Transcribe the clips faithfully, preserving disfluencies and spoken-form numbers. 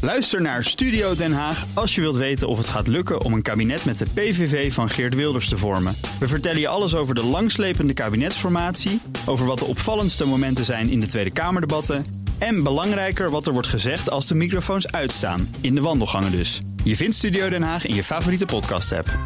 Luister naar Studio Den Haag als je wilt weten of het gaat lukken om een kabinet met de P V V van Geert Wilders te vormen. We vertellen je alles over de langslepende kabinetsformatie, over wat de opvallendste momenten zijn in de Tweede Kamerdebatten en belangrijker wat er wordt gezegd als de microfoons uitstaan, in de wandelgangen dus. Je vindt Studio Den Haag in je favoriete podcast-app.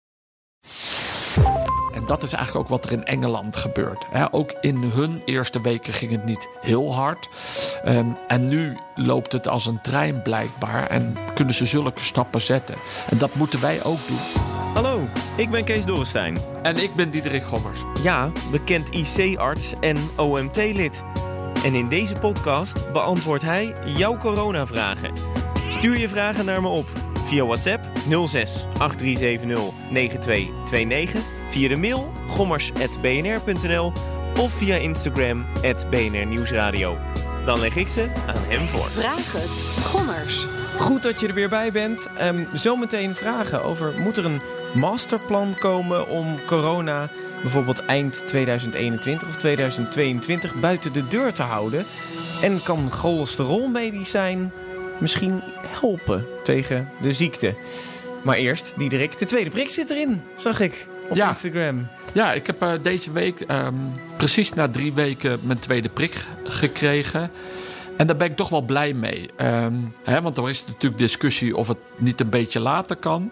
En dat is eigenlijk ook wat er in Engeland gebeurt. He, ook in hun eerste weken ging het niet heel hard. Um, en nu loopt het als een trein blijkbaar. En kunnen ze zulke stappen zetten. En dat moeten wij ook doen. Hallo, ik ben Kees Dorrestein. En ik ben Diederik Gommers. Ja, bekend I C-arts en O M T-lid. En in deze podcast beantwoordt hij jouw coronavragen. Stuur je vragen naar me op via WhatsApp nul zes acht drie zeven nul negen twee twee negen, via de mail gommers apenstaartje b n r punt n l of via Instagram at B N R Nieuwsradio. Dan leg ik ze aan hem voor. Vraag het, Gommers. Goed dat je er weer bij bent. Um, zometeen vragen over, moet er een masterplan komen om corona bijvoorbeeld eind tweeduizend eenentwintig of tweeduizend tweeëntwintig buiten de deur te houden? En kan cholesterolmedicijn misschien helpen tegen de ziekte? Maar eerst, Diederik, de tweede prik zit erin, zag ik op ja. Instagram. Ja, ik heb uh, deze week um, precies na drie weken mijn tweede prik gekregen. En daar ben ik toch wel blij mee. Um, hè, want er is natuurlijk discussie of het niet een beetje later kan.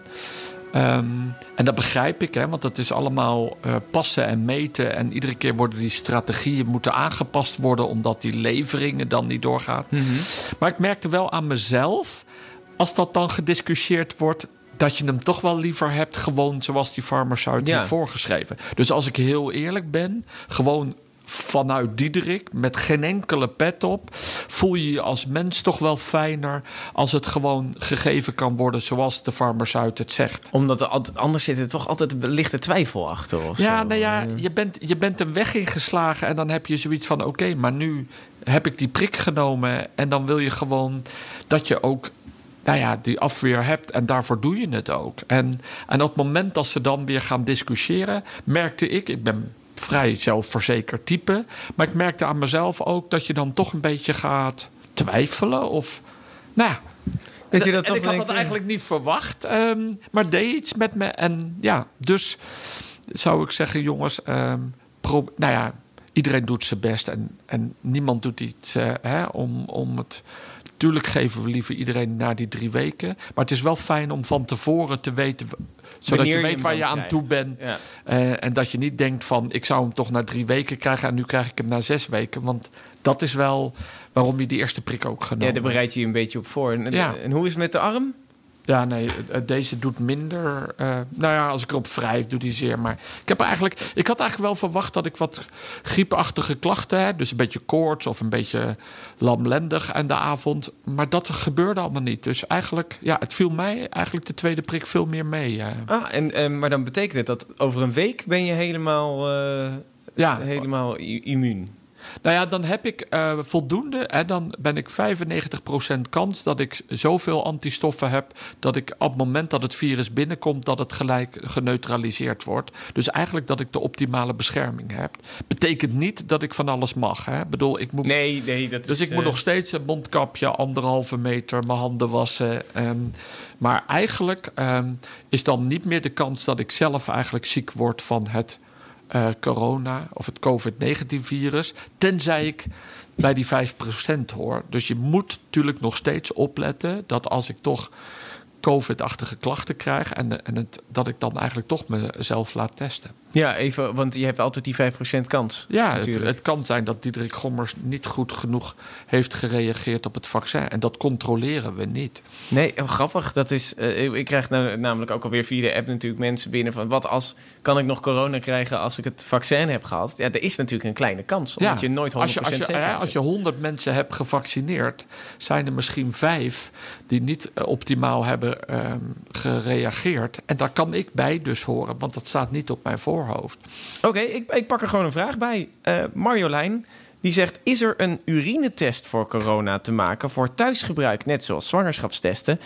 Um, en dat begrijp ik, hè, want het is allemaal uh, passen en meten. En iedere keer worden die strategieën moeten aangepast worden, omdat die leveringen dan niet doorgaan. Mm-hmm. Maar ik merkte wel aan mezelf, als dat dan gediscussieerd wordt, dat je hem toch wel liever hebt gewoon zoals die farmaceut ja. heeft voorgeschreven. Dus als ik heel eerlijk ben, gewoon vanuit Diederik, met geen enkele pet op, voel je je als mens toch wel fijner als het gewoon gegeven kan worden zoals de farmaceut het zegt. Omdat er, anders zit er toch altijd een lichte twijfel achter. Of ja, zo. nou ja, je bent, je bent een weg ingeslagen en dan heb je zoiets van oké, okay, maar nu heb ik die prik genomen en dan wil je gewoon dat je ook nou ja, die afweer hebt en daarvoor doe je het ook. En, en op het moment dat ze dan weer gaan discussiëren, merkte ik, ik ben vrij zelfverzekerd type, maar ik merkte aan mezelf ook dat je dan toch een beetje gaat twijfelen of, nou ja. Dus je dat en ik had dat eigenlijk niet verwacht, um, maar deed iets met me. En ja, dus zou ik zeggen, jongens, um, pro, nou ja, iedereen doet zijn best en, en niemand doet iets uh, hè, om, om het. Natuurlijk geven we liever iedereen na die drie weken. Maar het is wel fijn om van tevoren te weten, zodat Wanneer je weet je waar je aan krijgt. toe bent. Ja. Uh, en dat je niet denkt van, ik zou hem toch na drie weken krijgen en nu krijg ik hem na zes weken. Want dat is wel waarom je die eerste prik ook genomen. Ja, daar bereid je je een beetje op voor. En, ja. en hoe is het met de arm? Ja, nee, deze doet minder. Uh, nou ja, als ik erop wrijf, doet hij zeer. Maar ik heb eigenlijk, ik had eigenlijk wel verwacht dat ik wat griepachtige klachten heb. Dus een beetje koorts of een beetje lamlendig aan de avond. Maar dat gebeurde allemaal niet. Dus eigenlijk, ja, het viel mij eigenlijk de tweede prik veel meer mee. Uh. Ah, en, uh, maar dan betekent het dat over een week ben je helemaal, uh, ja. helemaal immuun? Nou ja, dan heb ik uh, voldoende. Hè, dan ben ik vijfennegentig procent kans dat ik zoveel antistoffen heb dat ik op het moment dat het virus binnenkomt, dat het gelijk geneutraliseerd wordt. Dus eigenlijk dat ik de optimale bescherming heb. Betekent niet dat ik van alles mag. Hè. Ik bedoel, ik moet, nee, nee, dat dus is, ik moet uh... nog steeds een mondkapje, anderhalve meter, mijn handen wassen. Um, maar eigenlijk um, is dan niet meer de kans dat ik zelf eigenlijk ziek word van het Uh, corona of het covid negentien virus, tenzij ik bij die vijf procent hoor. Dus je moet natuurlijk nog steeds opletten dat als ik toch covid-achtige klachten krijg en, en het, dat ik dan eigenlijk toch mezelf laat testen. Ja, even, want je hebt altijd die vijf procent kans. Ja, het, het kan zijn dat Diederik Gommers niet goed genoeg heeft gereageerd op het vaccin. En dat controleren we niet. Nee, oh, grappig. Dat is, uh, ik krijg nou, namelijk ook alweer via de app natuurlijk mensen binnen van, wat als, kan ik nog corona krijgen als ik het vaccin heb gehad? Ja, er is natuurlijk een kleine kans, omdat ja, je nooit honderd procent als je, als je, zeker ja, als je honderd mensen hebt gevaccineerd, zijn er misschien vijf die niet uh, optimaal hebben um, gereageerd. En daar kan ik bij dus horen, want dat staat niet op mijn voorhoofd. Oké, okay, ik, ik pak er gewoon een vraag bij. Uh, Marjolein, die zegt, is er een urinetest voor corona te maken voor thuisgebruik, net zoals zwangerschapstesten?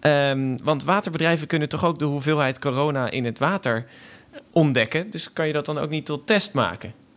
Um, want waterbedrijven kunnen toch ook de hoeveelheid corona in het water ontdekken? Dus kan je dat dan ook niet tot test maken?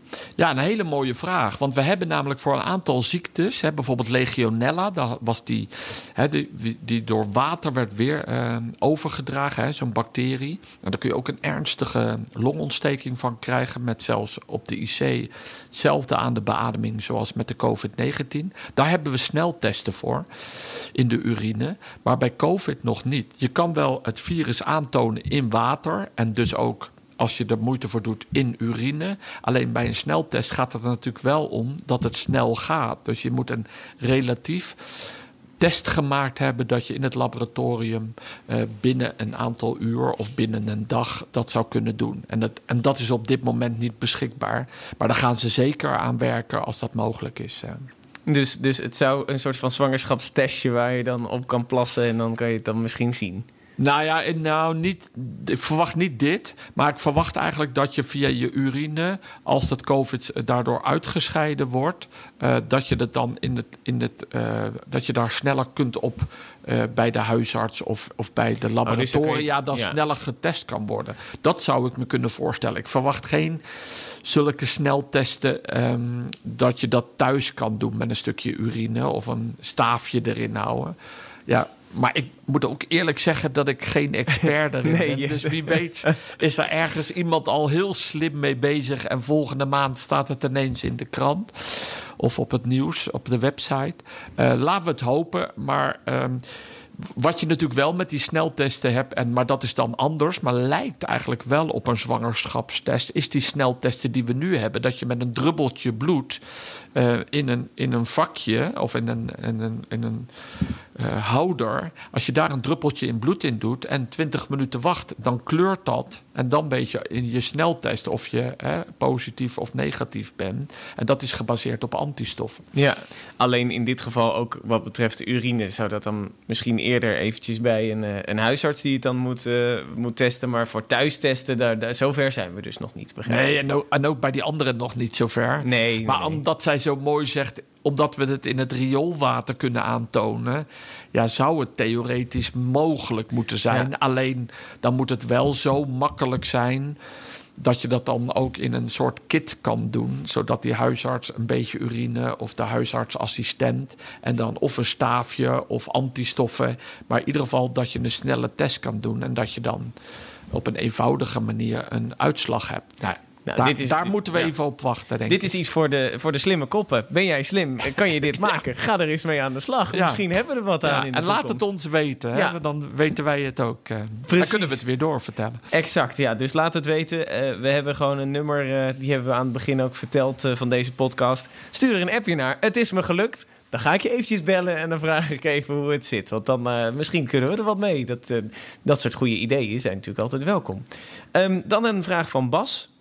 Ja, een hele mooie vraag. Want we hebben namelijk voor een aantal ziektes, hè, bijvoorbeeld Legionella, dat was die, hè, die, die door water werd weer uh, overgedragen, hè, zo'n bacterie. En daar kun je ook een ernstige longontsteking van krijgen, met zelfs op de I C hetzelfde aan de beademing zoals met de covid negentien. Daar hebben we sneltesten voor in de urine, maar bij COVID nog niet. Je kan wel het virus aantonen in water en dus ook, als je er moeite voor doet, in urine. Alleen bij een sneltest gaat het er natuurlijk wel om dat het snel gaat. Dus je moet een relatief test gemaakt hebben dat je in het laboratorium uh, binnen een aantal uur of binnen een dag dat zou kunnen doen. En dat, en dat is op dit moment niet beschikbaar. Maar daar gaan ze zeker aan werken als dat mogelijk is. Uh. Dus, dus het zou een soort van zwangerschapstestje waar je dan op kan plassen en dan kan je het dan misschien zien. Nou ja, nou niet, ik verwacht niet dit. Maar ik verwacht eigenlijk dat je via je urine, als dat COVID daardoor uitgescheiden wordt, uh, dat je dat dan in het, in het, uh, dat je daar sneller kunt op uh, bij de huisarts of, of bij de laboratoria, oh, dan ja. sneller getest kan worden. Dat zou ik me kunnen voorstellen. Ik verwacht geen zulke sneltesten um, dat je dat thuis kan doen met een stukje urine of een staafje erin houden. Ja. Maar ik moet ook eerlijk zeggen dat ik geen expert erin nee, ben. Ja. Dus wie weet is er ergens iemand al heel slim mee bezig en volgende maand staat het ineens in de krant of op het nieuws, op de website. Uh, laten we het hopen, maar um, wat je natuurlijk wel met die sneltesten hebt, en, maar dat is dan anders, maar lijkt eigenlijk wel op een zwangerschapstest, is die sneltesten die we nu hebben, dat je met een druppeltje bloed uh, in, een, in een vakje of in een, in een, in een uh, houder, als je daar een druppeltje in bloed in doet en twintig minuten wacht, dan kleurt dat en dan weet je in je sneltest of je hè, positief of negatief bent. En dat is gebaseerd op antistoffen. Ja, alleen in dit geval ook wat betreft de urine zou dat dan misschien eerder eventjes bij een, een huisarts die het dan moet, uh, moet testen. Maar voor thuistesten, daar, daar, zover zijn we dus nog niet, begrijp. Nee, en ook, en ook bij die anderen nog niet zover. Nee, maar nee. Omdat zij zo mooi zegt, omdat we het in het rioolwater kunnen aantonen, ja, zou het theoretisch mogelijk moeten zijn. Ja. Alleen dan moet het wel zo makkelijk zijn dat je dat dan ook in een soort kit kan doen, zodat die huisarts een beetje urine of de huisartsassistent en dan of een staafje of antistoffen, maar in ieder geval dat je een snelle test kan doen en dat je dan op een eenvoudige manier een uitslag hebt. Nou, Nou, daar dit is, daar dit, moeten we ja. even op wachten, denk dit ik. Dit is iets voor de, voor de slimme koppen. Ben jij slim? Kan je dit maken? Ja. Ga er eens mee aan de slag. Ja. Misschien hebben we er wat ja. aan in de En toekomst. laat het ons weten. Ja. Hè? Dan weten wij het ook. Uh, dan kunnen we het weer doorvertellen. Exact, ja. Dus laat het weten. Uh, we hebben gewoon een nummer, uh, die hebben we aan het begin ook verteld uh, van deze podcast. Stuur er een appje naar. Het is me gelukt. Dan ga ik je eventjes bellen en dan vraag ik even hoe het zit. Want dan uh, misschien kunnen we er wat mee. Dat, uh, dat soort goede ideeën zijn natuurlijk altijd welkom. Um, dan een vraag van Bas.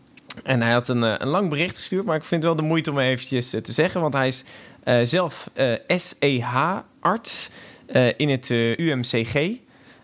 En hij had een, een lang bericht gestuurd, maar ik vind het wel de moeite om eventjes te zeggen. Want hij is uh, zelf uh, S E H-arts uh, in het uh, U M C G. Uh,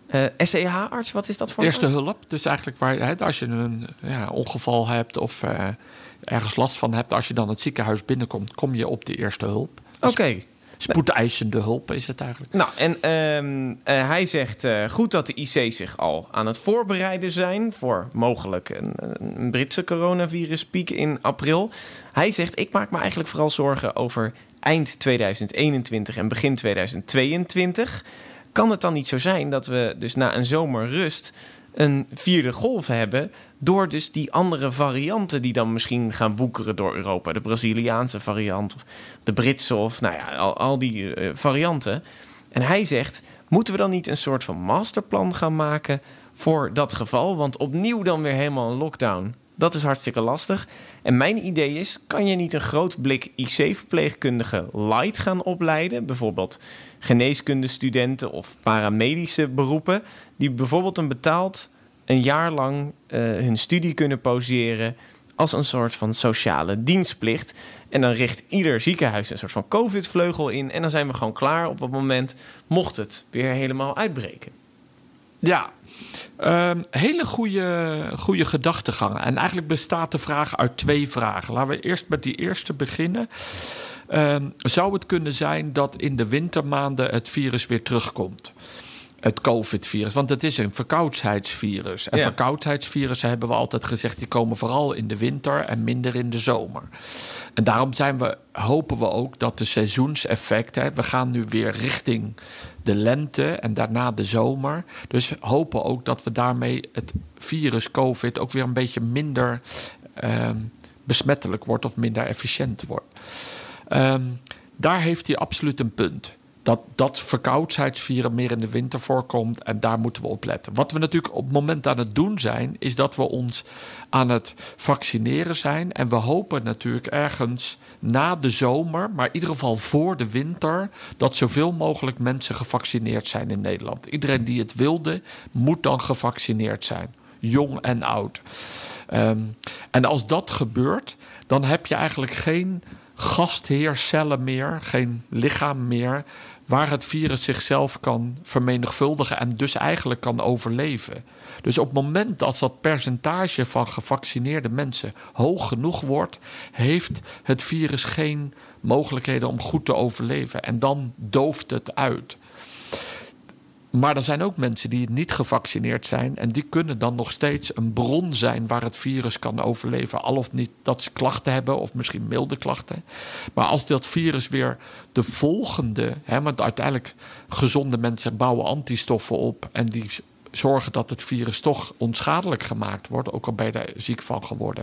S E H-arts, wat is dat voor Eerste arts? hulp. Dus eigenlijk waar, hè, als je een ja, ongeval hebt of uh, ergens last van hebt, als je dan het ziekenhuis binnenkomt, kom je op de eerste hulp. Dus Oké. Okay. Spoedeisende hulp is het eigenlijk. Nou, en um, uh, hij zegt uh, goed dat de I C zich al aan het voorbereiden zijn voor mogelijk een, een Britse coronaviruspiek in april. Hij zegt, ik maak me eigenlijk vooral zorgen over eind tweeduizend eenentwintig en begin tweeduizend tweeëntwintig. Kan het dan niet zo zijn dat we dus na een zomerrust een vierde golf hebben door dus die andere varianten die dan misschien gaan woekeren door Europa. De Braziliaanse variant of de Britse of nou ja, al, al die uh, varianten. En hij zegt, moeten we dan niet een soort van masterplan gaan maken voor dat geval? Want opnieuw dan weer helemaal een lockdown. Dat is hartstikke lastig. En mijn idee is, kan je niet een groot blik I C-verpleegkundigen light gaan opleiden? Bijvoorbeeld geneeskundestudenten of paramedische beroepen, die bijvoorbeeld een betaald een jaar lang uh, hun studie kunnen pauzeren als een soort van sociale dienstplicht. En dan richt ieder ziekenhuis een soort van COVID-vleugel in en dan zijn we gewoon klaar op het moment, mocht het weer helemaal uitbreken. Ja, uh, hele goede, goede gedachtegang. En eigenlijk bestaat de vraag uit twee vragen. Laten we eerst met die eerste beginnen. Uh, zou het kunnen zijn dat in de wintermaanden het virus weer terugkomt? het COVID-virus. Want het is een verkoudheidsvirus. En ja. verkoudheidsvirussen hebben we altijd gezegd, die komen vooral in de winter en minder in de zomer. En daarom zijn we, hopen we ook dat de seizoenseffect, hè, we gaan nu weer richting de lente en daarna de zomer. Dus we hopen ook dat we daarmee het virus COVID ook weer een beetje minder uh, besmettelijk wordt of minder efficiënt wordt. Um, daar heeft hij absoluut een punt. Dat, dat verkoudheidsvirus meer in de winter voorkomt en daar moeten we op letten. Wat we natuurlijk op het moment aan het doen zijn, is dat we ons aan het vaccineren zijn. En we hopen natuurlijk ergens na de zomer, maar in ieder geval voor de winter, dat zoveel mogelijk mensen gevaccineerd zijn in Nederland. Iedereen die het wilde, moet dan gevaccineerd zijn. Jong en oud. Um, en als dat gebeurt, dan heb je eigenlijk geen gastheercellen meer, geen lichaam meer, waar het virus zichzelf kan vermenigvuldigen en dus eigenlijk kan overleven. Dus op het moment dat dat percentage van gevaccineerde mensen hoog genoeg wordt, heeft het virus geen mogelijkheden om goed te overleven. En dan dooft het uit. Maar er zijn ook mensen die niet gevaccineerd zijn en die kunnen dan nog steeds een bron zijn waar het virus kan overleven. Al of niet dat ze klachten hebben of misschien milde klachten. Maar als dat virus weer de volgende, hè, want uiteindelijk gezonde mensen bouwen antistoffen op en die zorgen dat het virus toch onschadelijk gemaakt wordt, ook al ben je daar ziek van geworden.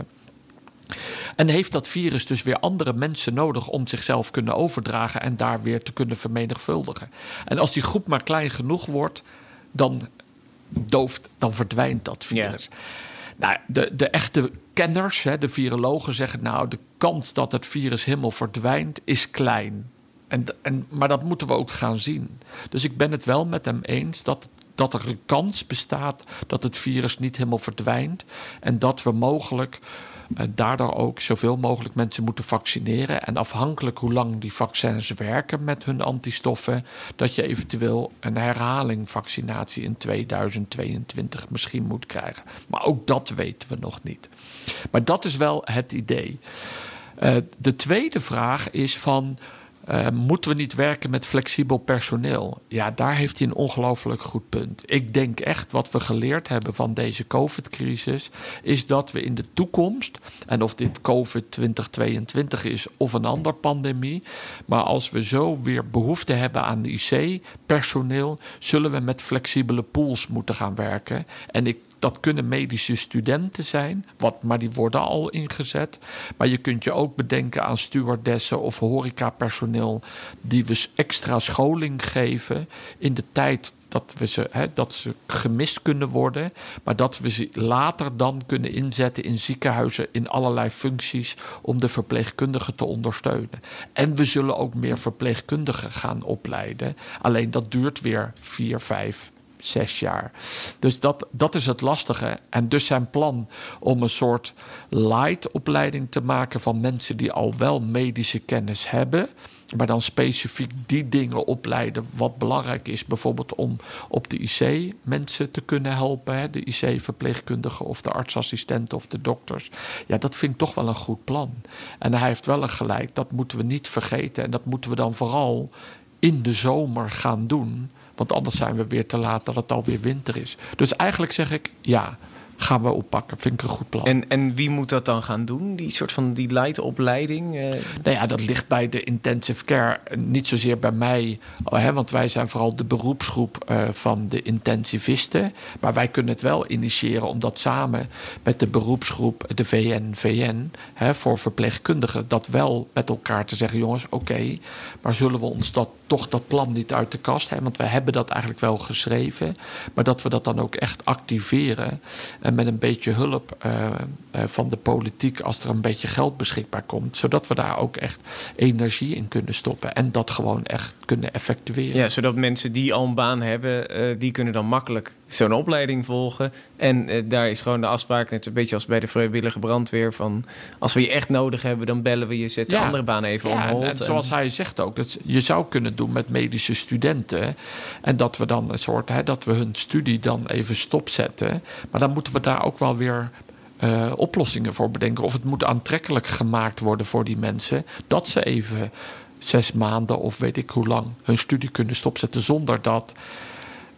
En heeft dat virus dus weer andere mensen nodig om zichzelf kunnen overdragen en daar weer te kunnen vermenigvuldigen. En als die groep maar klein genoeg wordt, dan dooft, dan verdwijnt dat virus. Ja. Nou, de, de echte kenners, hè, de virologen zeggen nou, de kans dat het virus helemaal verdwijnt is klein. En, en, maar dat moeten we ook gaan zien. Dus ik ben het wel met hem eens dat dat er een kans bestaat dat het virus niet helemaal verdwijnt en dat we mogelijk uh, daardoor ook zoveel mogelijk mensen moeten vaccineren. En afhankelijk hoe lang die vaccins werken met hun antistoffen, dat je eventueel een herhaling vaccinatie in tweeduizend tweeëntwintig misschien moet krijgen. Maar ook dat weten we nog niet. Maar dat is wel het idee. Uh, de tweede vraag is van, Uh, moeten we niet werken met flexibel personeel? Ja, daar heeft hij een ongelooflijk goed punt. Ik denk echt wat we geleerd hebben van deze COVID-crisis is dat we in de toekomst, en of dit COVID twintig tweeëntwintig is of een andere pandemie, maar als we zo weer behoefte hebben aan de I C-personeel, zullen we met flexibele pools moeten gaan werken. En ik Dat kunnen medische studenten zijn, wat, maar die worden al ingezet. Maar je kunt je ook bedenken aan stewardessen of horecapersoneel die we extra scholing geven in de tijd dat, we ze, hè, dat ze gemist kunnen worden. Maar dat we ze later dan kunnen inzetten in ziekenhuizen in allerlei functies om de verpleegkundigen te ondersteunen. En we zullen ook meer verpleegkundigen gaan opleiden. Alleen dat duurt weer vier, vijf Zes jaar. Dus dat, dat is het lastige. En dus zijn plan om een soort light opleiding te maken van mensen die al wel medische kennis hebben, maar dan specifiek die dingen opleiden wat belangrijk is. Bijvoorbeeld om op de I C mensen te kunnen helpen. Hè? De I C-verpleegkundigen of de artsassistenten of de dokters. Ja, dat vind ik toch wel een goed plan. En hij heeft wel een gelijk. Dat moeten we niet vergeten. En dat moeten we dan vooral in de zomer gaan doen. Want anders zijn we weer te laat dat het alweer winter is. Dus eigenlijk zeg ik, ja, gaan we oppakken. Vind ik een goed plan. En, en wie moet dat dan gaan doen? Die soort van die leidopleiding? Uh... Nou ja, dat ligt bij de intensive care. Niet zozeer bij mij. Hè, want wij zijn vooral de beroepsgroep uh, van de intensivisten. Maar wij kunnen het wel initiëren om dat samen met de beroepsgroep, de V N V N, hè, voor verpleegkundigen, dat wel met elkaar te zeggen, jongens, oké, okay, maar zullen we ons dat toch dat plan niet uit de kast hebben? Want wij hebben dat eigenlijk wel geschreven. Maar dat we dat dan ook echt activeren. En met een beetje hulp uh, uh, van de politiek, als er een beetje geld beschikbaar komt, zodat we daar ook echt energie in kunnen stoppen en dat gewoon echt kunnen effectueren. Ja, zodat mensen die al een baan hebben, uh, die kunnen dan makkelijk zo'n opleiding volgen. En uh, daar is gewoon de afspraak, net een beetje als bij de vrijwillige brandweer, van als we je echt nodig hebben, dan bellen we je, zet de ja. andere baan even ja, on hold. En, en zoals hij zegt ook, dat je zou kunnen doen met medische studenten. En dat we dan een soort, hè, dat we hun studie dan even stopzetten. Maar dan moeten we daar ook wel weer uh, oplossingen voor bedenken. Of het moet aantrekkelijk gemaakt worden voor die mensen, dat ze even zes maanden of weet ik hoe lang hun studie kunnen stopzetten, zonder dat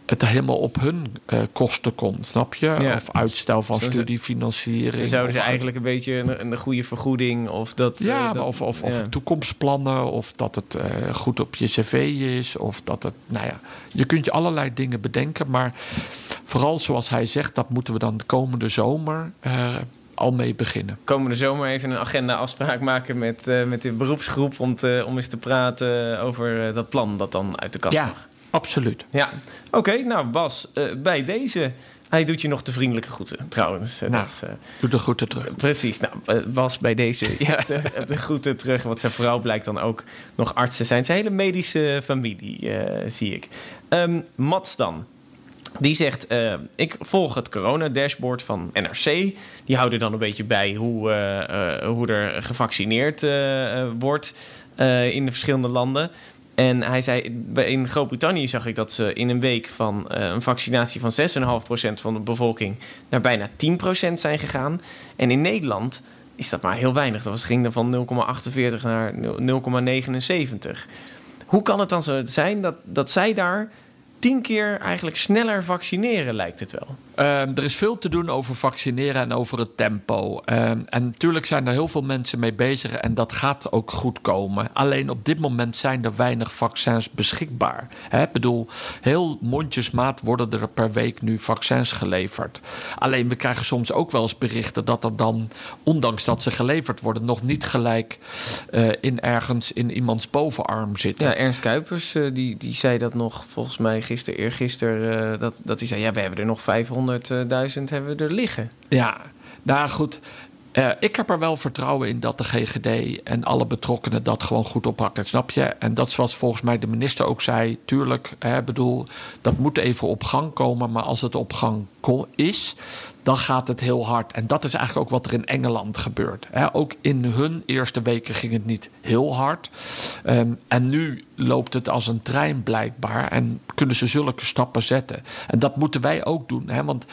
het helemaal op hun uh, kosten komt, snap je? Ja. Of uitstel van Zouden studiefinanciering. Zouden ze of eigenlijk een beetje een, een goede vergoeding of dat... Ja, uh, dat, of, of, ja. of toekomstplannen, of dat het uh, goed op je cv is, of dat het... Nou ja, je kunt je allerlei dingen bedenken, maar vooral zoals hij zegt, dat moeten we dan de komende zomer... Uh, al mee beginnen. Komende zomer even een agenda-afspraak maken met, uh, met de beroepsgroep... om, te, om eens te praten over uh, dat plan dat dan uit de kast ja, mag. Absoluut. Ja, oké. Okay, nou Bas, uh, bij deze... Hij doet je nog de vriendelijke groeten, trouwens. Uh, nou, dat, uh, doe de groeten terug. Uh, precies. Nou, uh, Bas, bij deze ja, de, de groeten terug. Want zijn vrouw blijkt dan ook nog artsen zijn. Zijn hele medische familie, uh, zie ik. Um, Mats dan. Die zegt, uh, ik volg het corona-dashboard van N R C. Die houden dan een beetje bij hoe, uh, uh, hoe er gevaccineerd uh, wordt uh, in de verschillende landen. En hij zei, in Groot-Brittannië zag ik dat ze in een week van uh, een vaccinatie van zes komma vijf procent van de bevolking naar bijna tien procent zijn gegaan. En in Nederland is dat maar heel weinig. Dat was, ging dan van nul komma achtenveertig naar nul komma negenenzeventig. Hoe kan het dan zo zijn dat, dat zij daar tien keer eigenlijk sneller vaccineren, lijkt het wel? Uh, er is veel te doen over vaccineren en over het tempo. Uh, en natuurlijk zijn er heel veel mensen mee bezig en dat gaat ook goed komen. Alleen op dit moment zijn er weinig vaccins beschikbaar. Ik bedoel, heel mondjesmaat worden er per week nu vaccins geleverd. Alleen we krijgen soms ook wel eens berichten dat er dan, ondanks dat ze geleverd worden, nog niet gelijk uh, in ergens in iemands bovenarm zitten. Ja, Ernst Kuipers, uh, die, die zei dat nog volgens mij gisteren, eergisteren, uh, dat, dat hij zei, ja, we hebben er nog vijfhonderdduizend hebben we er liggen. Ja, nou goed. Uh, ik heb er wel vertrouwen in dat de G G D en alle betrokkenen dat gewoon goed oppakken, snap je? En dat is wat volgens mij de minister ook zei. Tuurlijk, hè, bedoel, dat moet even op gang komen. Maar als het op gang is, dan gaat het heel hard. En dat is eigenlijk ook wat er in Engeland gebeurt. Hè. Ook in hun eerste weken ging het niet heel hard. Um, en nu loopt het als een trein blijkbaar. En kunnen ze zulke stappen zetten. En dat moeten wij ook doen. Hè, want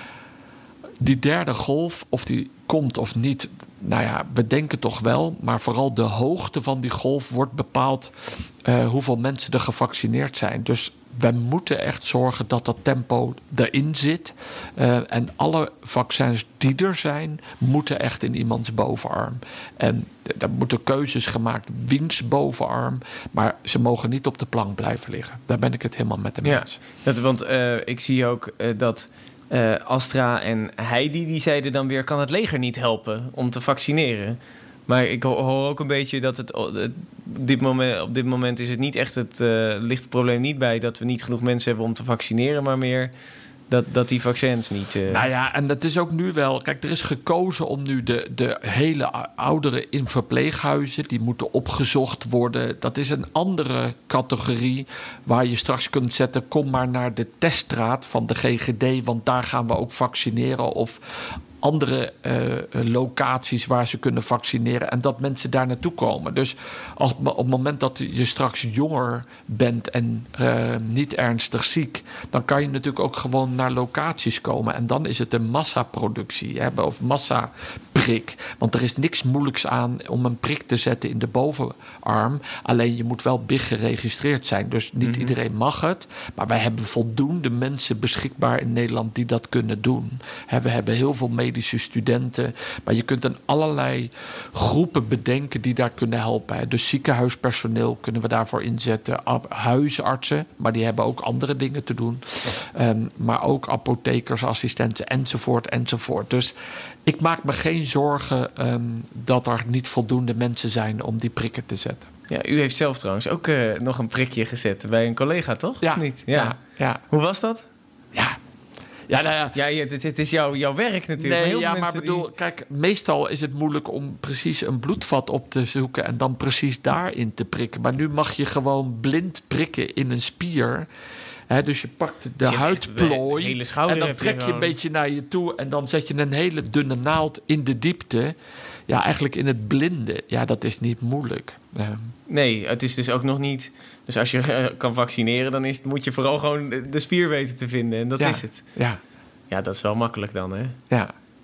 die derde golf, of die komt of niet, nou ja, we denken toch wel. Maar vooral de hoogte van die golf wordt bepaald uh, hoeveel mensen er gevaccineerd zijn. Dus we moeten echt zorgen dat dat tempo erin zit. Uh, en alle vaccins die er zijn, moeten echt in iemands bovenarm. En er moeten keuzes gemaakt, wiens bovenarm. Maar ze mogen niet op de plank blijven liggen. Daar ben ik het helemaal met hem eens. Ja, dat, want uh, ik zie ook uh, dat uh, Astra en Heidi, die zeiden dan weer, kan het leger niet helpen om te vaccineren? Maar ik hoor ook een beetje dat het, het dit moment, op dit moment is het niet echt het, uh, ligt het probleem niet bij dat we niet genoeg mensen hebben om te vaccineren, maar meer dat, dat die vaccins niet... Uh... Nou ja, en dat is ook nu wel... Kijk, er is gekozen om nu de, de hele ouderen in verpleeghuizen, die moeten opgezocht worden. Dat is een andere categorie waar je straks kunt zetten, kom maar naar de teststraat van de G G D, want daar gaan we ook vaccineren. Of andere uh, locaties waar ze kunnen vaccineren en dat mensen daar naartoe komen. Dus als, op het moment dat je straks jonger bent en uh, niet ernstig ziek, dan kan je natuurlijk ook gewoon naar locaties komen. En dan is het een massaproductie, hè, of massaprik. Want er is niks moeilijks aan om een prik te zetten in de bovenarm. Alleen je moet wel B I G geregistreerd zijn. Dus niet mm-hmm. iedereen mag het. Maar wij hebben voldoende mensen beschikbaar in Nederland die dat kunnen doen. Hè, we hebben heel veel medische studenten. Maar je kunt dan allerlei groepen bedenken die daar kunnen helpen. Dus ziekenhuispersoneel kunnen we daarvoor inzetten. Huisartsen, maar die hebben ook andere dingen te doen. Um, maar ook apothekers, assistenten enzovoort enzovoort. Dus ik maak me geen zorgen um, dat er niet voldoende mensen zijn om die prikken te zetten. Ja, u heeft zelf trouwens ook uh, nog een prikje gezet bij een collega, toch? Ja. Of niet? Ja. Ja, ja. Hoe was dat? Ja. Ja, nou ja. ja het, het is jouw, jouw werk natuurlijk. Nee, maar heel ja, veel maar bedoel, die... kijk, meestal is het moeilijk om precies een bloedvat op te zoeken en dan precies daarin te prikken. Maar nu mag je gewoon blind prikken in een spier. He, dus je pakt de dus je huidplooi hele schouder en dan trek je, je een beetje naar je toe en dan zet je een hele dunne naald in de diepte. Ja, eigenlijk in het blinde. Ja, dat is niet moeilijk. Um, Nee, het is dus ook nog niet. Dus als je uh, kan vaccineren, dan is het, moet je vooral gewoon de spier weten te vinden. En dat ja, is het. Ja. Ja, dat is wel makkelijk dan, hè? Ja.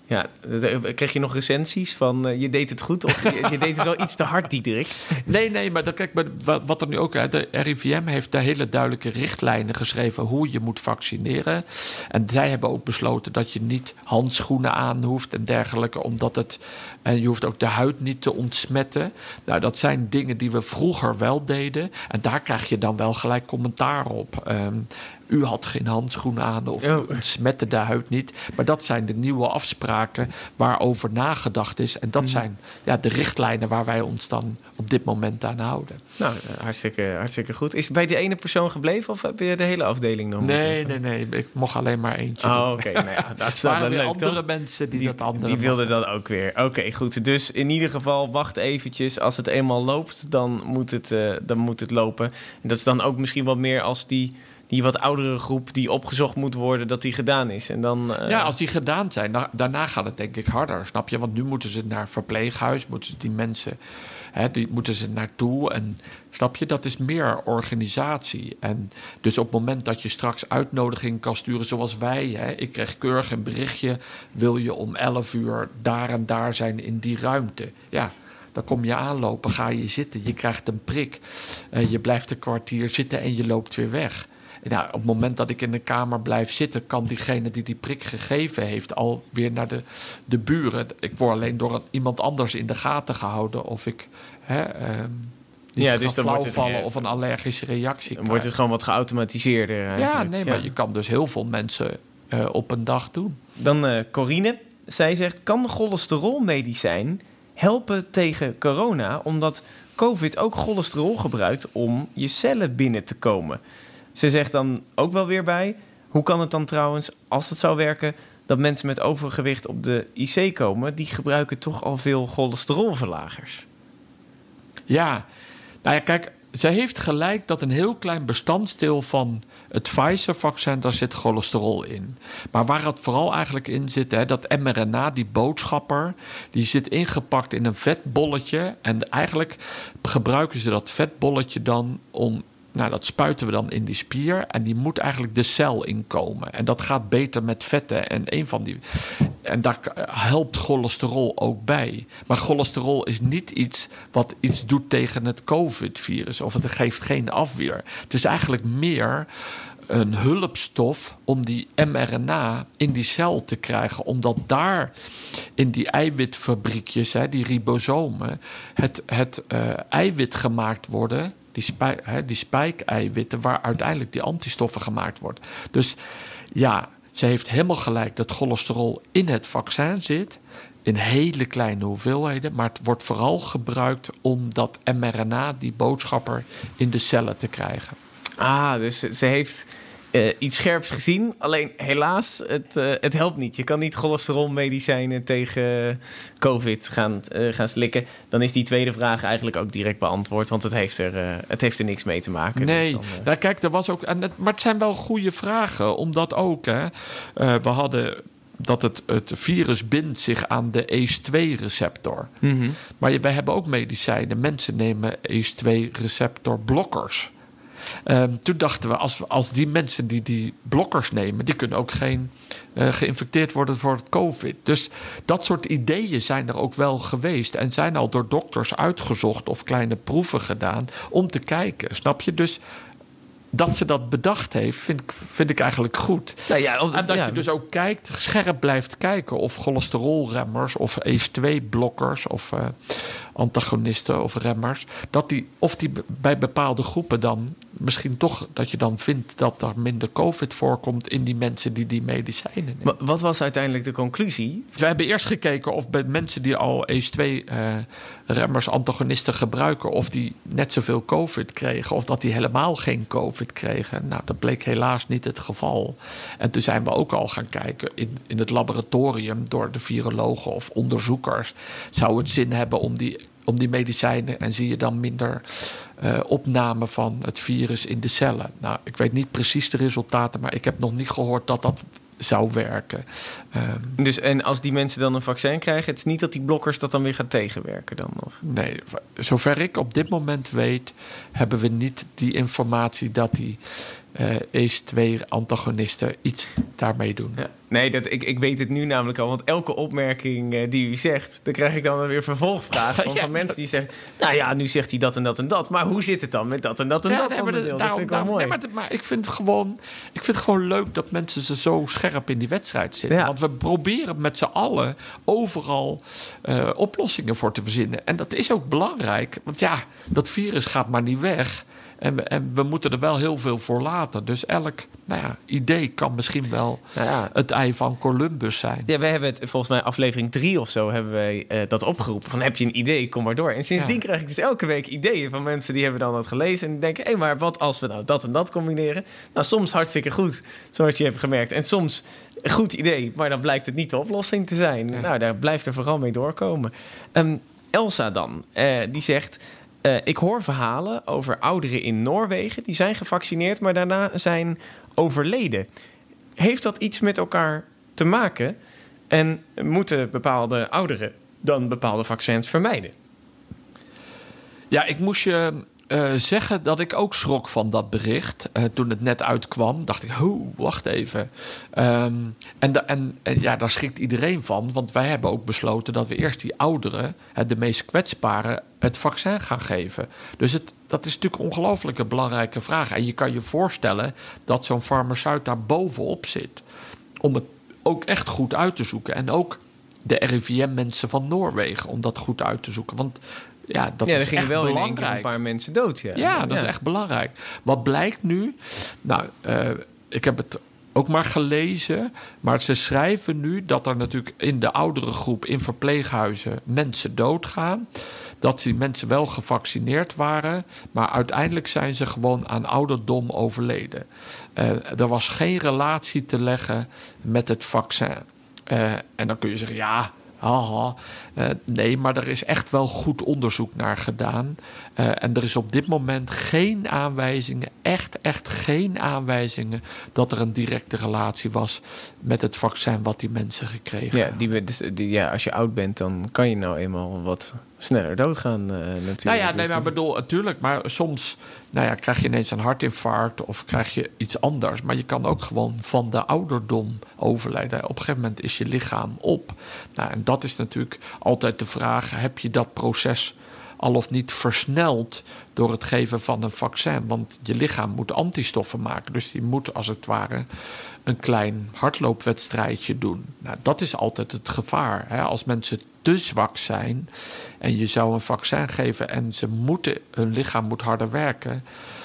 Ja, kreeg je nog recensies van uh, je deed het goed of je, je deed het wel iets te hard, Diederik? Nee, nee, maar dan, kijk, wat er nu ook... De R I V M heeft daar hele duidelijke richtlijnen geschreven hoe je moet vaccineren. En zij hebben ook besloten dat je niet handschoenen aan hoeft en dergelijke, omdat het... En je hoeft ook de huid niet te ontsmetten. Nou, dat zijn dingen die we vroeger wel deden. En daar krijg je dan wel gelijk commentaar op. Um, U had geen handschoenen aan of u ontsmette de huid niet. Maar dat zijn de nieuwe afspraken waarover nagedacht is. En dat zijn ja, de richtlijnen waar wij ons dan op dit moment aan houden. Nou, hartstikke, hartstikke goed. Is het bij die ene persoon gebleven of heb je de hele afdeling nog? Nee, nee, nee. Ik mocht alleen maar eentje. Oh, oké. Okay. Nou ja, dat is wel leuk, andere toch? mensen die, die dat andere Die wilden dat ook weer. Oké, okay, goed. Dus in ieder geval, wacht eventjes. Als het eenmaal loopt, dan moet het, uh, dan moet het lopen. En dat is dan ook misschien wat meer als die... die wat oudere groep die opgezocht moet worden, dat die gedaan is. En dan, uh... Ja, als die gedaan zijn, da- daarna gaat het denk ik harder, snap je? Want nu moeten ze naar verpleeghuis, moeten ze die mensen, hè, die moeten ze naartoe. En snap je, dat is meer organisatie. En dus op het moment dat je straks uitnodiging kan sturen zoals wij, hè, ik kreeg keurig een berichtje, wil je om elf uur daar en daar zijn in die ruimte? Ja. Dan kom je aanlopen, ga je zitten, je krijgt een prik. Uh, je blijft een kwartier zitten en je loopt weer weg. En nou, op het moment dat ik in de kamer blijf zitten, kan diegene die die prik gegeven heeft alweer naar de, de buren. Ik word alleen door iemand anders in de gaten gehouden of ik hè, um, niet ja, ga dus dan wordt het, flauwvallen ja, of een allergische reactie dan krijg. wordt het gewoon wat geautomatiseerder eigenlijk. Ja, nee, maar ja. Je kan dus heel veel mensen uh, op een dag doen. Dan uh, Corine, zij zegt, kan cholesterolmedicijn helpen tegen corona, omdat COVID ook cholesterol gebruikt om je cellen binnen te komen? Ze zegt dan ook wel weer bij, hoe kan het dan trouwens, als het zou werken, dat mensen met overgewicht op de I C komen, die gebruiken toch al veel cholesterolverlagers? Ja, nou ja, kijk, zij heeft gelijk dat een heel klein bestanddeel van het Pfizer-vaccin, daar zit cholesterol in. Maar waar het vooral eigenlijk in zit, hè, dat mRNA, die boodschapper, die zit ingepakt in een vetbolletje. En eigenlijk gebruiken ze dat vetbolletje dan om... Nou, dat spuiten we dan in die spier en die moet eigenlijk de cel inkomen. En dat gaat beter met vetten. En, een van die, en daar helpt cholesterol ook bij. Maar cholesterol is niet iets wat iets doet tegen het COVID-virus. Of het geeft geen afweer. Het is eigenlijk meer een hulpstof om die mRNA in die cel te krijgen. Omdat daar in die eiwitfabriekjes, hè, die ribosomen, het, het uh, eiwit gemaakt worden... Die, spij, hè, die spijkeiwitten waar uiteindelijk die antistoffen gemaakt worden. Dus ja, ze heeft helemaal gelijk dat cholesterol in het vaccin zit. In hele kleine hoeveelheden. Maar het wordt vooral gebruikt om dat mRNA, die boodschapper, in de cellen te krijgen. Ah, dus ze heeft uh, iets scherps gezien. Alleen helaas, het, uh, het helpt niet. Je kan niet cholesterolmedicijnen tegen COVID gaan, uh, gaan slikken. Dan is die tweede vraag eigenlijk ook direct beantwoord. Want het heeft er, uh, het heeft er niks mee te maken. Nee, dus dan, uh... nou, kijk, er was ook... En het, maar het zijn wel goede vragen. Omdat ook, hè, uh, we hadden... dat het, het virus bindt zich aan de A C E twee receptor. Mm-hmm. Maar wij hebben ook medicijnen. Mensen nemen A C E twee receptor blokkers. Um, toen dachten we, als, als die mensen die die blokkers nemen... die kunnen ook geen uh, geïnfecteerd worden voor het COVID. Dus dat soort ideeën zijn er ook wel geweest... en zijn al door dokters uitgezocht of kleine proeven gedaan... om te kijken, snap je? Dus dat ze dat bedacht heeft, vind ik, vind ik eigenlijk goed. Nou ja, of, en dat ja. je dus ook kijkt, scherp blijft kijken... of cholesterolremmers of A C E twee blokkers... of uh, antagonisten of remmers... Dat die, of die bij bepaalde groepen dan... misschien toch dat je dan vindt dat er minder COVID voorkomt... in die mensen die die medicijnen nemen. Maar wat was uiteindelijk de conclusie? We hebben eerst gekeken of bij mensen die al A C E twee uh, remmers, antagonisten gebruiken... of die net zoveel COVID kregen... of dat die helemaal geen COVID kregen. Nou, dat bleek helaas niet het geval. En toen zijn we ook al gaan kijken in, in het laboratorium... door de virologen of onderzoekers. Zou het zin hebben om die, om die medicijnen... en zie je dan minder uh, opname van het virus in de cellen? Nou, ik weet niet precies de resultaten... maar ik heb nog niet gehoord dat dat zou werken. Um, dus en als die mensen dan een vaccin krijgen... het is niet dat die blokkers dat dan weer gaan tegenwerken dan? Of? Nee, zover ik op dit moment weet... hebben we niet die informatie dat die uh, A C E twee antagonisten iets daarmee doen. Ja. Nee, dat, ik, ik weet het nu namelijk al. Want elke opmerking uh, die u zegt, dan krijg ik dan weer vervolgvragen van, ja, van mensen die zeggen, nou ja, nu zegt hij dat en dat en dat. Maar hoe zit het dan met dat en dat en ja, dat nee, onderdeel? Dat, dat daarom, vind ik wel daarom, mooi. Nee, maar, maar ik vind, het gewoon, ik vind het gewoon leuk dat mensen ze zo scherp in die wedstrijd zitten. Ja. Want we proberen met z'n allen overal uh, oplossingen voor te verzinnen. En dat is ook belangrijk. Want ja, dat virus gaat maar niet weg. En we, en we moeten er wel heel veel voor laten. Dus elk nou ja, idee kan misschien wel Nou ja. het ei van Columbus zijn. Ja, we hebben het volgens mij aflevering drie of zo hebben wij uh, dat opgeroepen. Van heb je een idee, kom maar door. En sindsdien ja. krijg ik dus elke week ideeën van mensen die hebben dan dat gelezen. En die denken, hé, hey, maar wat als we nou dat en dat combineren? Nou, soms hartstikke goed, zoals je hebt gemerkt. En soms een goed idee, maar dan blijkt het niet de oplossing te zijn. Ja. Nou, daar blijft er vooral mee doorkomen. Um, Elsa dan, uh, die zegt, Uh, ik hoor verhalen over ouderen in Noorwegen. Die zijn gevaccineerd, maar daarna zijn overleden. Heeft dat iets met elkaar te maken? En moeten bepaalde ouderen dan bepaalde vaccins vermijden? Ja, ik moest je uh, zeggen dat ik ook schrok van dat bericht. Uh, toen het net uitkwam, dacht ik, ho, wacht even. Um, en, da- en, en ja, daar schrikt iedereen van. Want wij hebben ook besloten dat we eerst die ouderen, de meest kwetsbaren, het vaccin gaan geven. Dus het, dat is natuurlijk een ongelooflijke belangrijke vraag. En je kan je voorstellen dat zo'n farmaceut daar bovenop zit. Om het ook echt goed uit te zoeken. En ook de R I V M-mensen van Noorwegen, om dat goed uit te zoeken. Want ja, dat ja, er is gingen echt wel belangrijk. in één keer een paar mensen dood. Ja, Ja, dat ja. is echt belangrijk. Wat blijkt nu? Nou, uh, ik heb het ook maar gelezen. Maar ze schrijven nu dat er natuurlijk in de oudere groep in verpleeghuizen mensen doodgaan. Dat die mensen wel gevaccineerd waren. Maar uiteindelijk zijn ze gewoon aan ouderdom overleden. Uh, er was geen relatie te leggen met het vaccin. Uh, en dan kun je zeggen, ja, haha. Uh, nee, maar er is echt wel goed onderzoek naar gedaan. Uh, en er is op dit moment geen aanwijzingen, echt, echt geen aanwijzingen, dat er een directe relatie was met het vaccin wat die mensen gekregen ja, hebben. die, dus, die, ja, als je oud bent, dan kan je nou eenmaal wat sneller doodgaan uh, natuurlijk. Nou ja, nee, dus maar dat... bedoel, natuurlijk, maar soms nou ja, krijg je ineens een hartinfarct of krijg je iets anders. Maar je kan ook gewoon van de ouderdom overlijden. Op een gegeven moment is je lichaam op. Nou, en dat is natuurlijk altijd de vraag, heb je dat proces al of niet versneld door het geven van een vaccin? Want je lichaam moet antistoffen maken. Dus die moet als het ware een klein hardloopwedstrijdje doen. Nou, dat is altijd het gevaar. Hè? Als mensen te zwak zijn en je zou een vaccin geven en ze moeten, hun lichaam moet harder werken,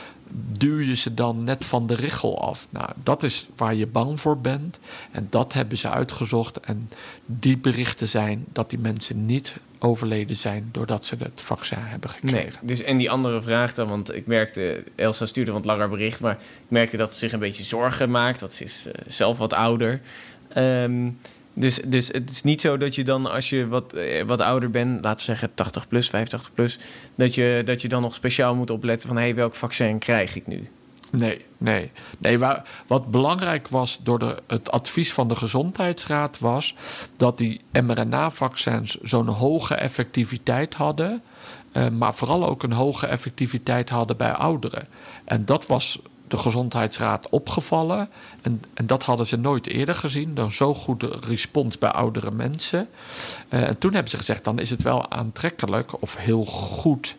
duw je ze dan net van de richel af. Nou, dat is waar je bang voor bent. En dat hebben ze uitgezocht. En die berichten zijn dat die mensen niet overleden zijn doordat ze het vaccin hebben gekregen. Nee, dus en die andere vraag dan, want ik merkte, Elsa stuurde wat langer bericht, maar ik merkte dat ze zich een beetje zorgen maakt. Dat ze is uh, zelf wat ouder. Um, dus, dus het is niet zo dat je dan, als je wat, uh, wat ouder bent, laten we zeggen tachtig plus, vijfentachtig plus, dat je, dat je dan nog speciaal moet opletten van, hé, hey, welk vaccin krijg ik nu? Nee, nee. nee waar, wat belangrijk was door de, het advies van de Gezondheidsraad was dat die mRNA-vaccins zo'n hoge effectiviteit hadden, uh, maar vooral ook een hoge effectiviteit hadden bij ouderen. En dat was de Gezondheidsraad opgevallen. En, en dat hadden ze nooit eerder gezien. Dan zo'n goede respons bij oudere mensen. Uh, en toen hebben ze gezegd, dan is het wel aantrekkelijk of heel goed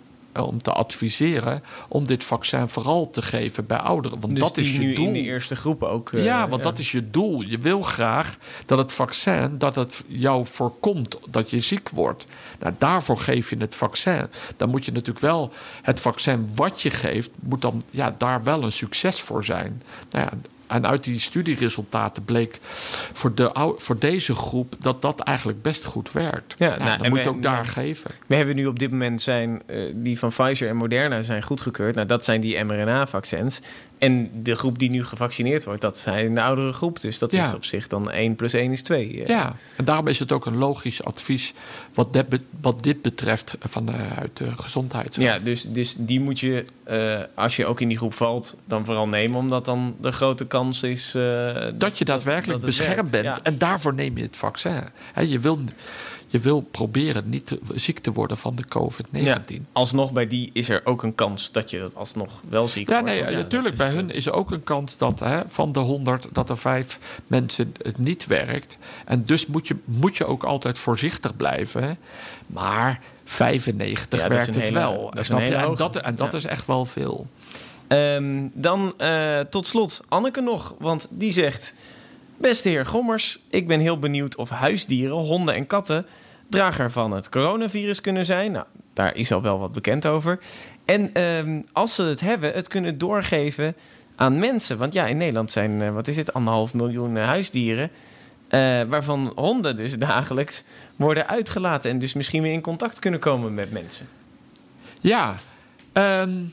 om te adviseren om dit vaccin vooral te geven bij ouderen. Want dus dat die is je nu doel. in de eerste groep ook. Uh, ja, want ja. dat is je doel. Je wil graag dat het vaccin, dat het jou voorkomt dat je ziek wordt. Nou, daarvoor geef je het vaccin. Dan moet je natuurlijk wel, het vaccin wat je geeft, moet dan ja, daar wel een succes voor zijn. Nou ja, en uit die studieresultaten bleek voor, de, voor deze groep dat dat eigenlijk best goed werkt. Ja, nou, nou, dan en moet we, je ook daar we, geven. We hebben nu op dit moment zijn uh, die van Pfizer en Moderna zijn goedgekeurd. Nou, dat zijn die mRNA-vaccins. En de groep die nu gevaccineerd wordt, dat zijn de oudere groep. Dus dat ja. is op zich dan één plus één is twee. Uh. Ja, en daarom is het ook een logisch advies wat, de, wat dit betreft vanuit de gezondheidsraad. Ja, dus, dus die moet je, uh, als je ook in die groep valt, dan vooral nemen. Omdat dan de grote kans is Uh, dat je daadwerkelijk dat, dat beschermd werkt. bent. Ja. En daarvoor neem je het vaccin. He, je wil, je wil proberen niet te, ziek te worden van de covid negentien. Ja, alsnog bij die is er ook een kans dat je dat alsnog wel ziek ja, wordt. Nee, ja, natuurlijk, bij hun is er ook een kans dat hè, van de honderd dat er vijf mensen het niet werkt. En dus moet je, moet je ook altijd voorzichtig blijven. Hè. Maar vijfennegentig ja, werkt het hele, wel. Dat snap je? En dat, en dat ja. is echt wel veel. Um, dan uh, tot slot Anneke nog, want die zegt... Beste heer Gommers, ik ben heel benieuwd of huisdieren, honden en katten... drager van het coronavirus kunnen zijn. Nou, daar is al wel wat bekend over. En um, als ze het hebben, het kunnen doorgeven aan mensen. Want ja, in Nederland zijn, uh, wat is het, anderhalf miljoen uh, huisdieren... Uh, waarvan honden dus dagelijks worden uitgelaten... en dus misschien weer in contact kunnen komen met mensen. Ja, um...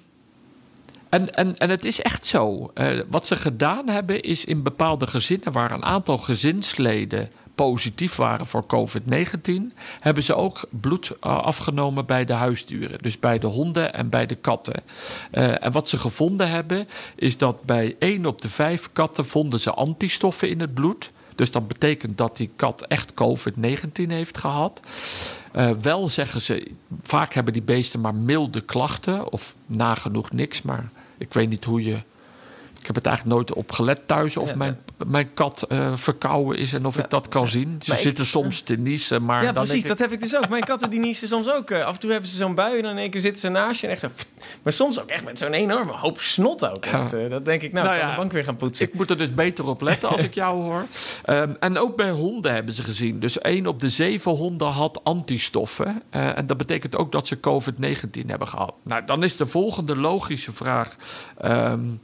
En, en, en het is echt zo. Uh, wat ze gedaan hebben is in bepaalde gezinnen... waar een aantal gezinsleden positief waren voor covid negentien... hebben ze ook bloed uh, afgenomen bij de huisdieren. Dus bij de honden en bij de katten. Uh, en wat ze gevonden hebben... is dat bij één op de vijf katten vonden ze antistoffen in het bloed. Dus dat betekent dat die kat echt covid negentien heeft gehad. Uh, wel zeggen ze, vaak hebben die beesten maar milde klachten... of nagenoeg niks, maar ik weet niet hoe je... Ik heb het eigenlijk nooit op gelet thuis of ja, mijn, mijn kat uh, verkouden is en of ja, ik dat kan ja. zien. Ze maar zitten ik, soms te niezen, maar... Ja, dan precies, ik... dat heb ik dus ook. Mijn katten die niezen soms ook. Uh, af en toe hebben ze zo'n bui en dan in één keer zitten ze naast je en echt zo... Pff, maar soms ook echt met zo'n enorme hoop snot ook. Echt, uh, dat denk ik, nou, nou ik kan ja, de bank weer gaan poetsen. Ik moet er dus beter op letten als ik jou hoor. Um, en ook bij honden hebben ze gezien. Dus één op de zeven honden had antistoffen. Uh, en dat betekent ook dat ze covid negentien hebben gehad. Nou, dan is de volgende logische vraag... Um,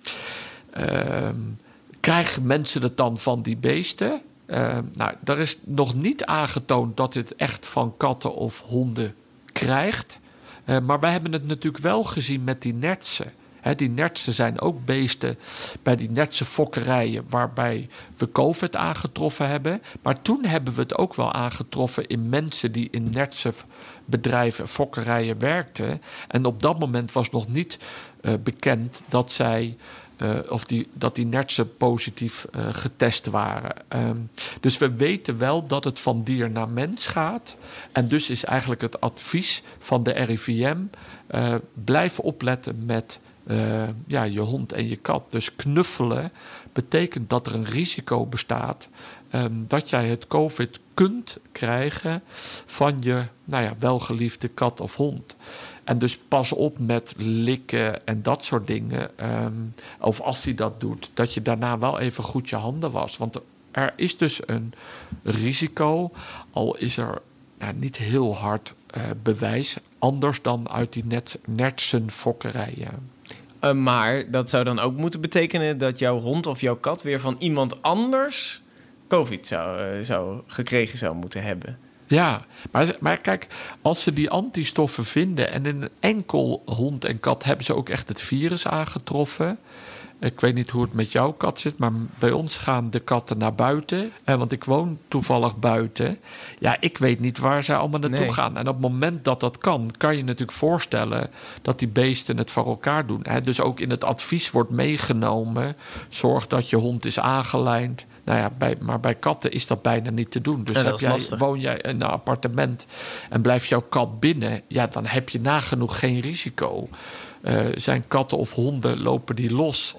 Uh, krijgen mensen het dan van die beesten? Uh, nou, er is nog niet aangetoond dat dit echt van katten of honden krijgt. Uh, maar wij hebben het natuurlijk wel gezien met die nertsen. He, die nertsen zijn ook beesten bij die nertse fokkerijen... waarbij we covid aangetroffen hebben. Maar toen hebben we het ook wel aangetroffen in mensen... die in nertse bedrijven, fokkerijen werkten. En op dat moment was nog niet uh, bekend dat zij... Uh, of die, dat die nertsen positief uh, getest waren. Um, dus we weten wel dat het van dier naar mens gaat. En dus is eigenlijk het advies van de R I V M... Uh, blijf opletten met uh, ja, je hond en je kat. Dus knuffelen betekent dat er een risico bestaat... Um, dat jij het COVID kunt krijgen van je nou ja, welgeliefde kat of hond... En dus pas op met likken en dat soort dingen. Um, of als hij dat doet, dat je daarna wel even goed je handen wast. Want er is dus een risico, al is er nou, niet heel hard uh, bewijs... anders dan uit die net, nertsenfokkerijen. Uh, maar dat zou dan ook moeten betekenen... dat jouw hond of jouw kat weer van iemand anders... COVID zou, uh, zou gekregen zou moeten hebben... Ja, maar, maar kijk, als ze die antistoffen vinden... en in een enkel hond en kat hebben ze ook echt het virus aangetroffen... Ik weet niet hoe het met jouw kat zit... maar bij ons gaan de katten naar buiten. Eh, want ik woon toevallig buiten. Ja, ik weet niet waar ze allemaal naartoe nee. gaan. En op het moment dat dat kan... kan je natuurlijk voorstellen dat die beesten het voor elkaar doen. Hè? Dus ook in het advies wordt meegenomen... zorg dat je hond is aangelijnd... Nou ja, bij, maar bij katten is dat bijna niet te doen. Dus ja, heb jij, woon jij in een appartement en blijft jouw kat binnen... ja, dan heb je nagenoeg geen risico. Uh, zijn katten of honden, lopen die los...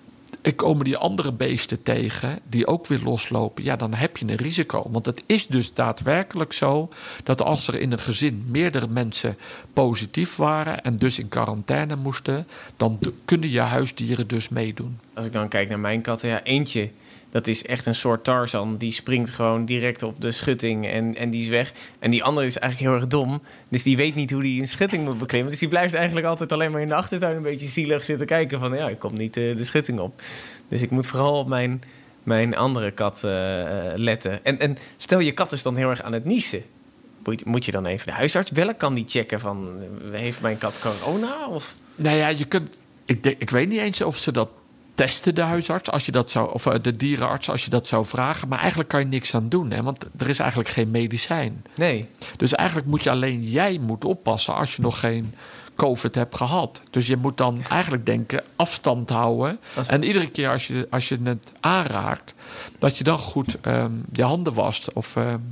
en komen die andere beesten tegen die ook weer loslopen... ja, dan heb je een risico. Want het is dus daadwerkelijk zo... dat als er in een gezin meerdere mensen positief waren... en dus in quarantaine moesten... dan d- kunnen je huisdieren dus meedoen. Als ik dan kijk naar mijn katten, ja, eentje... dat is echt een soort Tarzan. Die springt gewoon direct op de schutting en, en die is weg. En die andere is eigenlijk heel erg dom. Dus die weet niet hoe die een schutting moet beklimmen. Dus die blijft eigenlijk altijd alleen maar in de achtertuin... een beetje zielig zitten kijken van... ja, ik kom niet uh, de schutting op. Dus ik moet vooral op mijn, mijn andere kat uh, letten. En, en stel je kat is dan heel erg aan het niezen. Moet, moet je dan even de huisarts bellen? Kan die checken van... heeft mijn kat corona? Of? Nou ja, je kunt... Ik, denk, ik weet niet eens of ze dat... testen de huisarts, als je dat zou, of de dierenarts, als je dat zou vragen. Maar eigenlijk kan je niks aan doen, hè? Want er is eigenlijk geen medicijn. Nee. Dus eigenlijk moet je alleen, jij moet oppassen als je nog geen COVID hebt gehad. Dus je moet dan eigenlijk denken, afstand houden. Als... En iedere keer als je, als je het aanraakt, dat je dan goed um, je handen wast. Of, um,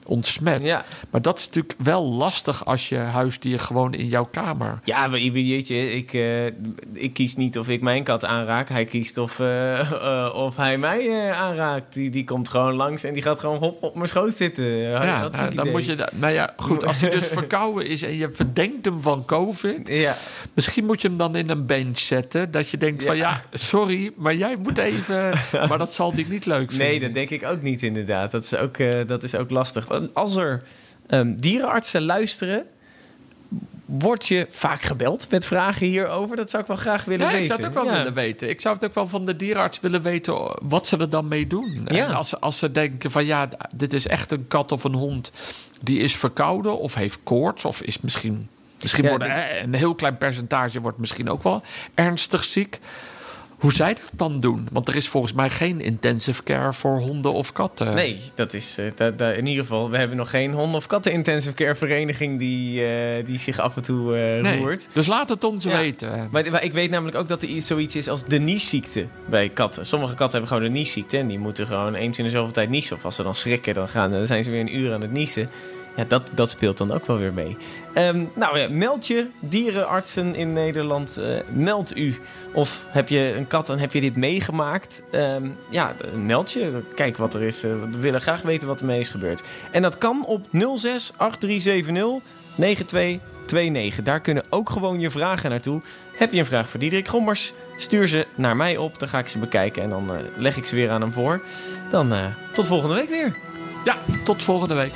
ontsmet. Ja. Maar dat is natuurlijk wel lastig als je huisdier gewoon in jouw kamer... Ja, maar jeetje, ik, uh, ik kies niet of ik mijn kat aanraak. Hij kiest of, uh, uh, of hij mij uh, aanraakt. Die, die komt gewoon langs en die gaat gewoon hop op mijn schoot zitten. Ja, dat nou, dan moet je... Da- nou ja, goed, als hij dus verkouden is en je verdenkt hem van COVID... Ja. Misschien moet je hem dan in een bench zetten. Dat je denkt van, ja, ja sorry, maar jij moet even... Maar dat zal hij niet leuk vinden. Nee, dat denk ik ook niet inderdaad. Dat is ook, uh, dat is ook lastig. Als er um, dierenartsen luisteren... word je vaak gebeld met vragen hierover? Dat zou ik wel graag willen ja, weten. Ik zou het ook wel ja. willen weten. Ik zou het ook wel van de dierenarts willen weten wat ze er dan mee doen. Ja. En als, als ze denken van ja, dit is echt een kat of een hond... die is verkouden of heeft koorts of is misschien... Misschien ja, worden de... een heel klein percentage wordt misschien ook wel ernstig ziek... Hoe zij dat dan doen? Want er is volgens mij geen intensive care voor honden of katten. Nee, dat is uh, da, da, in ieder geval... We hebben nog geen honden- of katten intensive care vereniging... die, uh, die zich af en toe uh, nee, roert. Dus laat het ons ja. weten. Maar, maar ik weet namelijk ook dat er zoiets is als de niesziekte bij katten. Sommige katten hebben gewoon de niesziekte... en die moeten gewoon eens in de zoveel tijd niezen. Of als ze dan schrikken, dan, gaan, dan zijn ze weer een uur aan het niezen... Ja, dat, dat speelt dan ook wel weer mee. Um, nou ja, meld je, dierenartsen in Nederland, uh, meld u. Of heb je een kat en heb je dit meegemaakt? Um, ja, meld je, kijk wat er is. Uh, we willen graag weten wat er mee is gebeurd. En dat kan op nul zes acht drie zeven nul negen twee twee negen. Daar kunnen ook gewoon je vragen naartoe. Heb je een vraag voor Diederik Gommers? Stuur ze naar mij op, dan ga ik ze bekijken en dan uh, leg ik ze weer aan hem voor. Dan uh, tot volgende week weer. Ja, tot volgende week.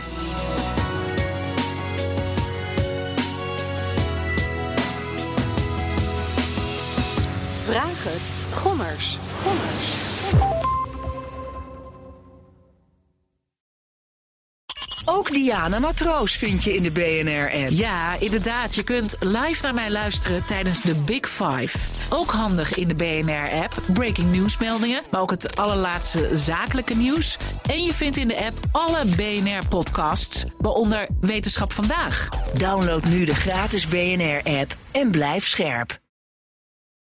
Vraag het. Gommers. Gommers. Ook Diana Matroos vind je in de B N R-app. Ja, inderdaad. Je kunt live naar mij luisteren tijdens de Big Five. Ook handig in de B N R-app. Breaking nieuwsmeldingen, maar ook het allerlaatste zakelijke nieuws. En je vindt in de app alle B N R-podcasts, waaronder Wetenschap Vandaag. Download nu de gratis B N R-app en blijf scherp.